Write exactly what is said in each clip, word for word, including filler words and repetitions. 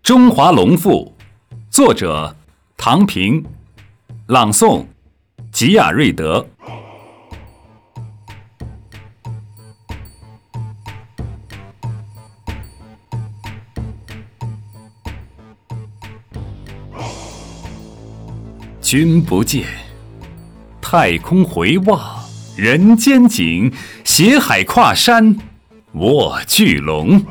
中华龙赋》，作者唐平，朗诵吉亚瑞德。君不见，太空回望，人间景，斜海跨山，卧巨龙。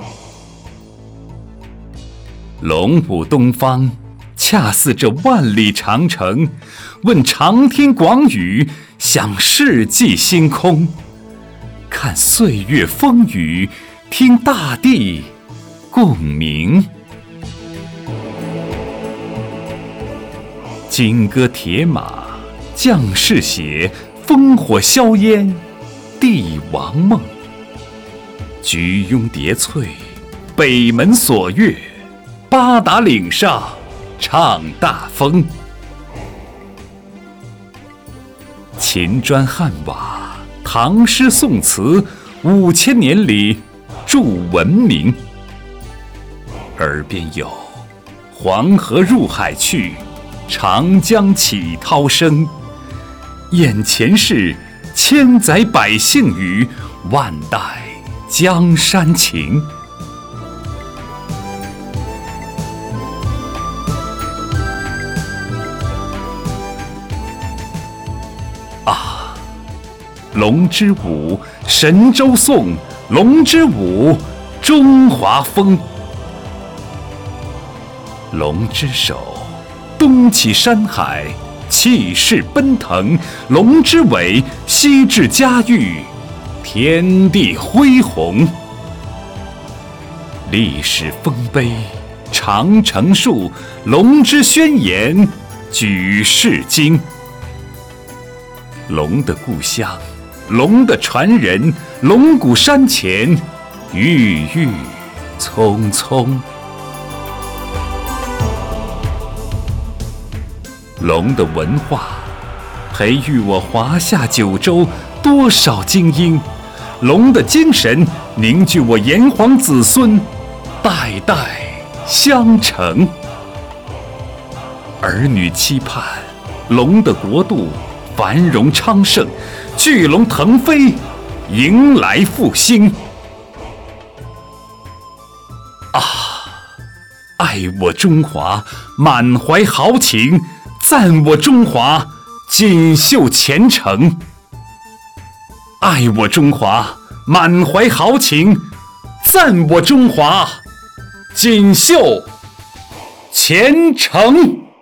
龙舞东方，恰似这万里长城，问长天广宇，享世纪星空。看岁月风雨，听大地共鸣。金戈铁马，将士血，烽火硝烟，帝王梦。居庸叠翠，北门锁月，八达岭上唱大风。秦砖汉瓦，唐诗宋词，五千年里铸文明。耳边有黄河入海去，长江起涛声。眼前是千载百姓语，万代江山情。啊，龙之舞，神州颂；龙之舞，中华风。龙之手，东起山海，气势奔腾；龙之尾，西至嘉峪，天地恢宏。历史丰碑，长城树；龙之宣言，举世惊。龙的故乡，龙的传人，龙骨山前，郁郁葱葱。龙的文化，培育我华夏九州多少精英；龙的精神，凝聚我炎黄子孙，代代相承。儿女期盼龙的国度繁荣昌盛，巨龙腾飞，迎来复兴。啊，爱我中华，满怀豪情；赞我中华，锦绣前程。爱我中华，满怀豪情；赞我中华，锦绣前程。